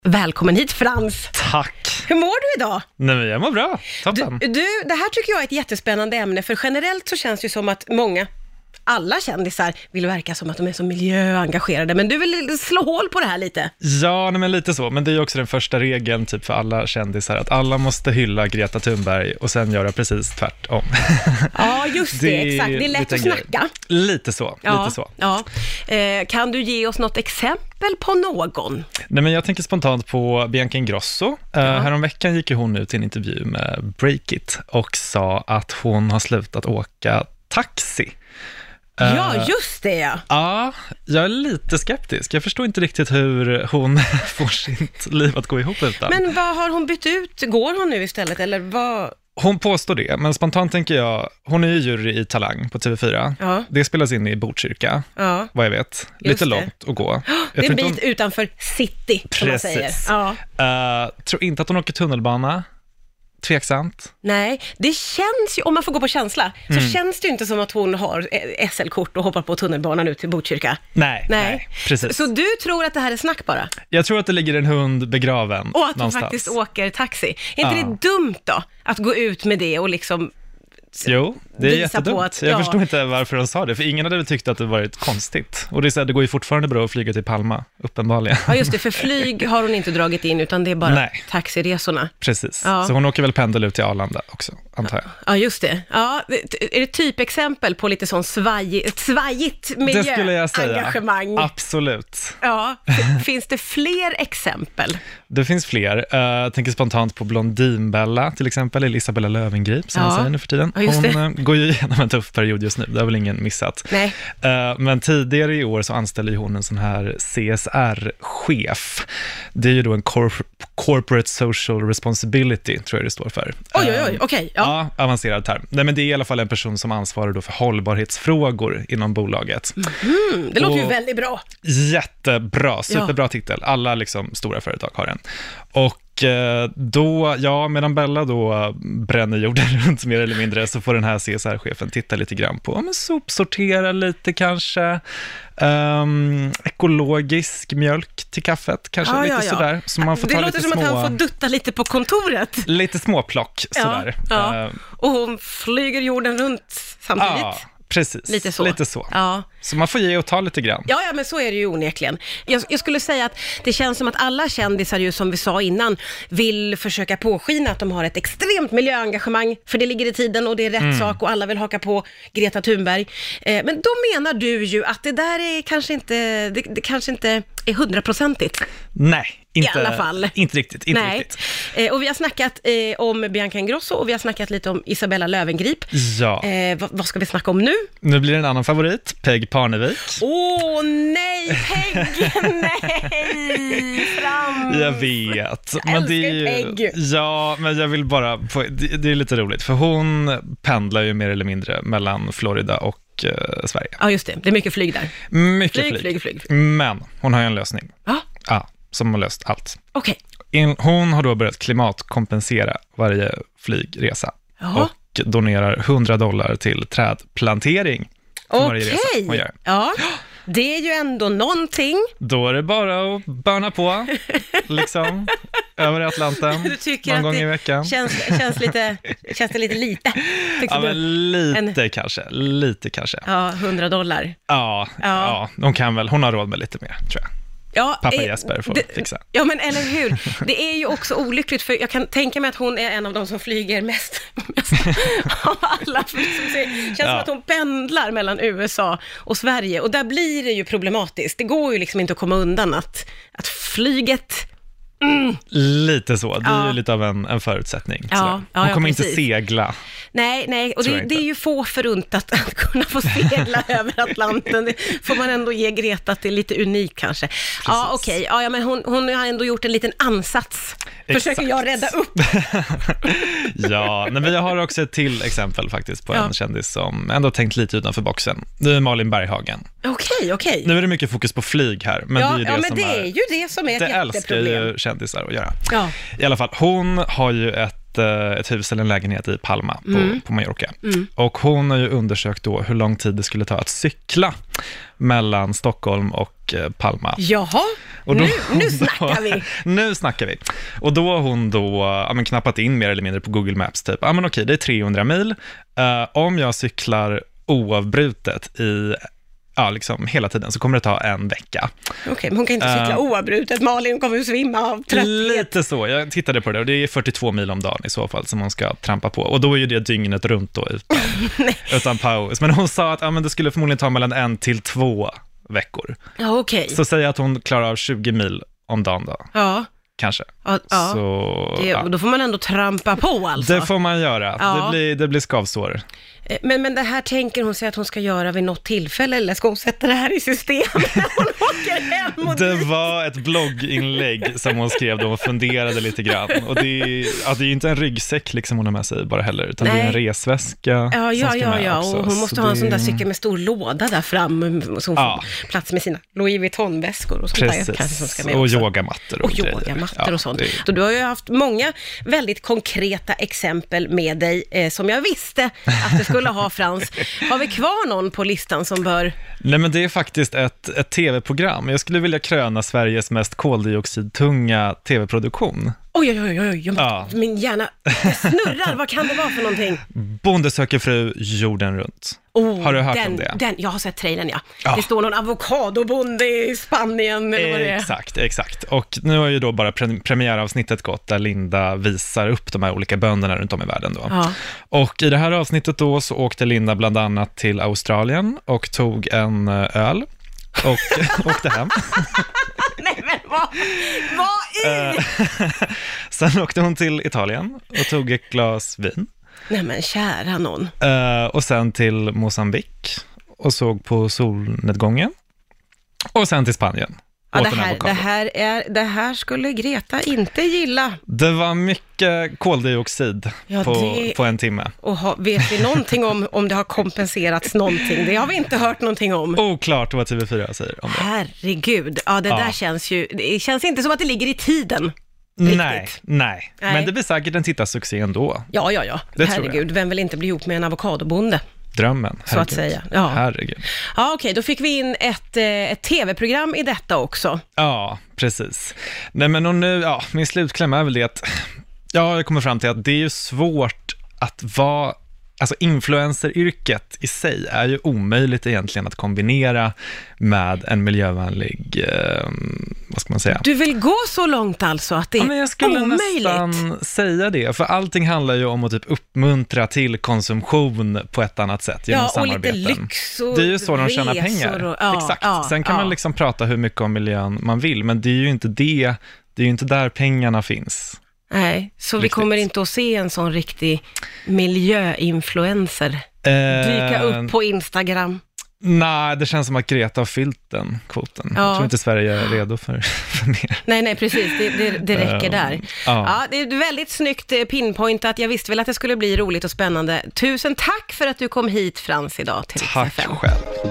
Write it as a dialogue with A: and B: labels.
A: Välkommen hit, Frans.
B: Tack.
A: Hur mår du idag?
B: Nej, men jag mår bra. Toppen.
A: Du, det här tycker jag är ett jättespännande ämne, för generellt så känns det ju som att alla kändisar vill verka som att de är så miljöengagerade, men du vill slå hål på det här lite.
B: Ja, nej, men lite så. Men det är ju också den första regeln typ för alla kändisar, att alla måste hylla Greta Thunberg och sen göra precis tvärtom.
A: Ja, just det exakt. Det är lätt att snacka.
B: Lite så.
A: Ja. Kan du ge oss något exempel på någon?
B: Nej, men jag tänker spontant på Bianca Ingrosso. Häromveckan gick ju hon ut i en intervju med Breakit och sa att hon har slutat åka taxi.
A: Ja, just det.
B: Ja, jag är lite skeptisk. Jag förstår inte riktigt hur hon får sitt liv att gå ihop utan.
A: Men vad har hon bytt ut? Går hon nu istället? Eller vad?
B: Hon påstår det, men spontant tänker jag, hon är ju jury i Talang på TV4. Ja. Det spelas in i Botkyrka, vad jag vet. Lite långt att gå.
A: Det är en bit utanför city, som man säger. Ja.
B: Tror inte att hon åker tunnelbana. Tveksamt.
A: Nej, det känns ju, om man får gå på känsla, så känns det ju inte som att hon har SL-kort och hoppar på tunnelbanan ut till Botkyrka.
B: Nej, precis.
A: Så du tror att det här är snack bara?
B: Jag tror att det ligger en hund begraven
A: och att
B: någonstans.
A: Hon faktiskt åker taxi. Är inte det dumt då, att gå ut med det och liksom...
B: Jo, det är jättedumt.
A: Att,
B: jag förstår inte varför de sa det, för ingen hade väl tyckt att det varit konstigt. Och det är så här, det går ju fortfarande bra att flyga till Palma, uppenbarligen. Ja, just det,
A: för flyg har hon inte dragit in, utan det är bara taxiresorna.
B: Precis, så hon åker väl pendel ut till Arlanda också, antar jag.
A: Ja, just det. Ja, är det typexempel på lite sån svajigt miljöengagemang?
B: Det skulle jag säga, absolut.
A: Ja, finns det fler exempel?
B: Det finns fler. Jag tänker spontant på Blondinbella till exempel, eller Isabella Löwengrip som man säger nu för tiden. Hon går ju igenom en tuff period just nu, det har väl ingen missat.
A: Nej.
B: Men tidigare i år så anställde hon en sån här CSR-chef. Det är ju då en Corporate Social Responsibility, tror jag det står för.
A: Okej.
B: Ja, avancerad term. Nej, men det är i alla fall en person som ansvarar då för hållbarhetsfrågor inom bolaget.
A: Det låter ju väldigt bra.
B: Jättebra, superbra titel. Alla liksom stora företag har den. Och då, medan Bella då bränner jorden runt mer eller mindre, så får den här CSR-chefen titta lite grann på, sopsortera lite kanske, ekologisk mjölk till kaffet, kanske lite sådär. Så man får
A: det
B: ta
A: låter
B: lite
A: som att han får dutta lite på kontoret.
B: Lite småplock, sådär.
A: Och hon flyger jorden runt samtidigt.
B: Ja. Precis,
A: lite så. Ja.
B: Så man får ge och ta lite grann.
A: Ja, men så är det ju onekligen. Jag skulle säga att det känns som att alla kändisar, ju som vi sa innan, vill försöka påskina att de har ett extremt miljöengagemang, för det ligger i tiden och det är rätt sak och alla vill haka på Greta Thunberg. Men då menar du ju att det där är kanske inte, det kanske inte är 100%igt.
B: Nej, inte,
A: i alla fall.
B: Inte riktigt.
A: Och vi har snackat om Bianca Ingrosso och vi har snackat lite om Isabella Löwengrip.
B: Ja.
A: Vad ska vi snacka om nu?
B: Nu blir det en annan favorit, Peg Parnevik.
A: Nej, Peg! Nej, Frans!
B: Jag vet.
A: Men det är ju, Peg.
B: Ja, men jag vill bara... Det är lite roligt, för hon pendlar ju mer eller mindre mellan Florida och Sverige.
A: Ja, just det. Det är mycket flyg där.
B: Mycket flyg. Men hon har ju en lösning. Ja, som har löst allt.
A: Okej.
B: Hon har då börjat klimatkompensera varje flygresa. Och donerar $100 till trädplantering för varje resa hon gör.
A: Ja, det är ju ändå någonting.
B: Då är det bara att börna på, liksom, över Atlanten.
A: Du tycker
B: någon gång i veckan.
A: Känns det lite?
B: Ja, men lite kanske.
A: Ja, $100.
B: Ja, hon har råd med lite mer, tror jag.
A: Ja,
B: pappa Jesper får fixa.
A: Ja, men eller hur? Det är ju också olyckligt, för jag kan tänka mig att hon är en av de som flyger mest av alla. Det känns som att hon pendlar mellan USA och Sverige, och där blir det ju problematiskt. Det går ju liksom inte att komma undan att flyget...
B: Lite så, det är ju lite av en förutsättning. Hon kommer inte segla.
A: Nej, och det är ju få förunnat att kunna få segla över Atlanten. Det får man ändå ge Greta, att det är lite unikt kanske. Precis. Ja, okej. Ja, men hon har ändå gjort en liten ansats. Försöker jag rädda upp.
B: Men jag har också ett till exempel faktiskt på en kändis som ändå tänkt lite utanför boxen. Det är Malin Berghagen.
A: Okej.
B: Nu är det mycket fokus på flyg här, men det är
A: ju det som är ett jätteproblem.
B: Det älskar ju kändisar att göra. I alla fall, hon har ju ett ett hus eller en lägenhet i Palma på Mallorca. Och hon har ju undersökt då hur lång tid det skulle ta att cykla mellan Stockholm och Palma.
A: Jaha, och då, nu snackar vi.
B: Nu snackar vi. Och då har hon knappat in mer eller mindre på Google Maps typ. Ja men okej, det är 300 mil. Om jag cyklar oavbrutet i liksom hela tiden så kommer det ta en vecka.
A: Okej, men hon kan inte cykla oavbrutet. Malin kommer att svimma av trötthet.
B: Lite så, jag tittade på det och det är 42 mil om dagen i så fall som hon ska trampa på. Och då är ju det dygnet runt då utan paus. Men hon sa att men det skulle förmodligen ta mellan 1 till 2 veckor.
A: Ja, okej.
B: Så säg att hon klarar av 20 mil om dagen då.
A: Ja.
B: Kanske.
A: Ja. Så, då får man ändå trampa på alltså.
B: Det får man göra.
A: Ja.
B: Det blir skavsår.
A: Men det här tänker hon sig att hon ska göra vid något tillfälle, eller ska hon sätta det här i system när hon åker hem?
B: Det var ett blogginlägg som hon skrev då och funderade lite grann. Och det är ju inte en ryggsäck liksom hon har med sig bara heller, utan det är en resväska.
A: Ja, och hon måste ha en sån där cykel med stor låda där fram så hon får plats med sina Louis Vuitton-väskor och sånt där. Kanske som ska med
B: och
A: också.
B: yogamattor och
A: yogamattor och sånt. Så du har ju haft många väldigt konkreta exempel med dig som jag visste att det skulle ha, Frans. Har vi kvar någon på listan som bör...
B: Nej, men det är faktiskt ett tv-program. Jag skulle vilja kröna Sveriges mest koldioxidtunga tv-produktion.
A: Oj, min hjärna snurrar. Vad kan det vara för någonting?
B: Bonde söker fru jorden runt. Har du hört om det?
A: Jag har sett trailern, ja. Det står någon avokadobonde i Spanien eller vad det är.
B: Exakt. Och nu har ju då bara premiäravsnittet gått där Linda visar upp de här olika bönderna runt om i världen då. Ja. Och i det här avsnittet då så åkte Linda bland annat till Australien och tog en öl och åkte hem.
A: Nej, men vad i?
B: Sen åkte hon till Italien och tog ett glas vin.
A: Nej men kära någon.
B: Och sen till Mozambique och såg på solnedgången. Och sen till Spanien.
A: Ja, det här skulle Greta inte gilla.
B: Det var mycket koldioxid på en timme.
A: Och vet vi någonting om det har kompenserats någonting? Det har vi inte hört någonting om.
B: Oklart vad TV4 säger om det.
A: Herregud, där det känns inte som att det ligger i tiden.
B: Nej. Men det blir säkert en tittarsuccé ändå.
A: Ja. Herregud, vem vill inte bli ihop med en avokadobonde?
B: Drömmen,
A: så att säga. Ja.
B: Herregud.
A: Ja, okej, då fick vi in ett tv-program i detta också.
B: Ja, precis. Nej, men och nu, min slutkläm är väl det att jag kommer fram till att det är ju svårt att vara, alltså influenceryrket i sig är ju omöjligt egentligen att kombinera med en miljövänlig, vad ska man säga?
A: Du vill gå så långt alltså att det är omöjligt?
B: Jag skulle nästan säga det, för allting handlar ju om att typ uppmuntra till konsumtion på ett annat sätt genom samarbeten.
A: Och lite lyx och
B: det är ju så de tjänar pengar. Exakt. Sen kan man liksom prata hur mycket om miljön man vill, men det är ju inte det är ju inte där pengarna finns.
A: Nej, så vi kommer inte att se en sån riktig miljöinfluencer dyka upp på Instagram.
B: Nej, det känns som att Greta har fyllt den kvoten. Jag tror inte Sverige är redo för mer.
A: Nej, precis. Det räcker där. Ja, det är väldigt snyggt pinpointat. Jag visste väl att det skulle bli roligt och spännande. Tusen tack för att du kom hit, Frans, idag till
B: Tack själv.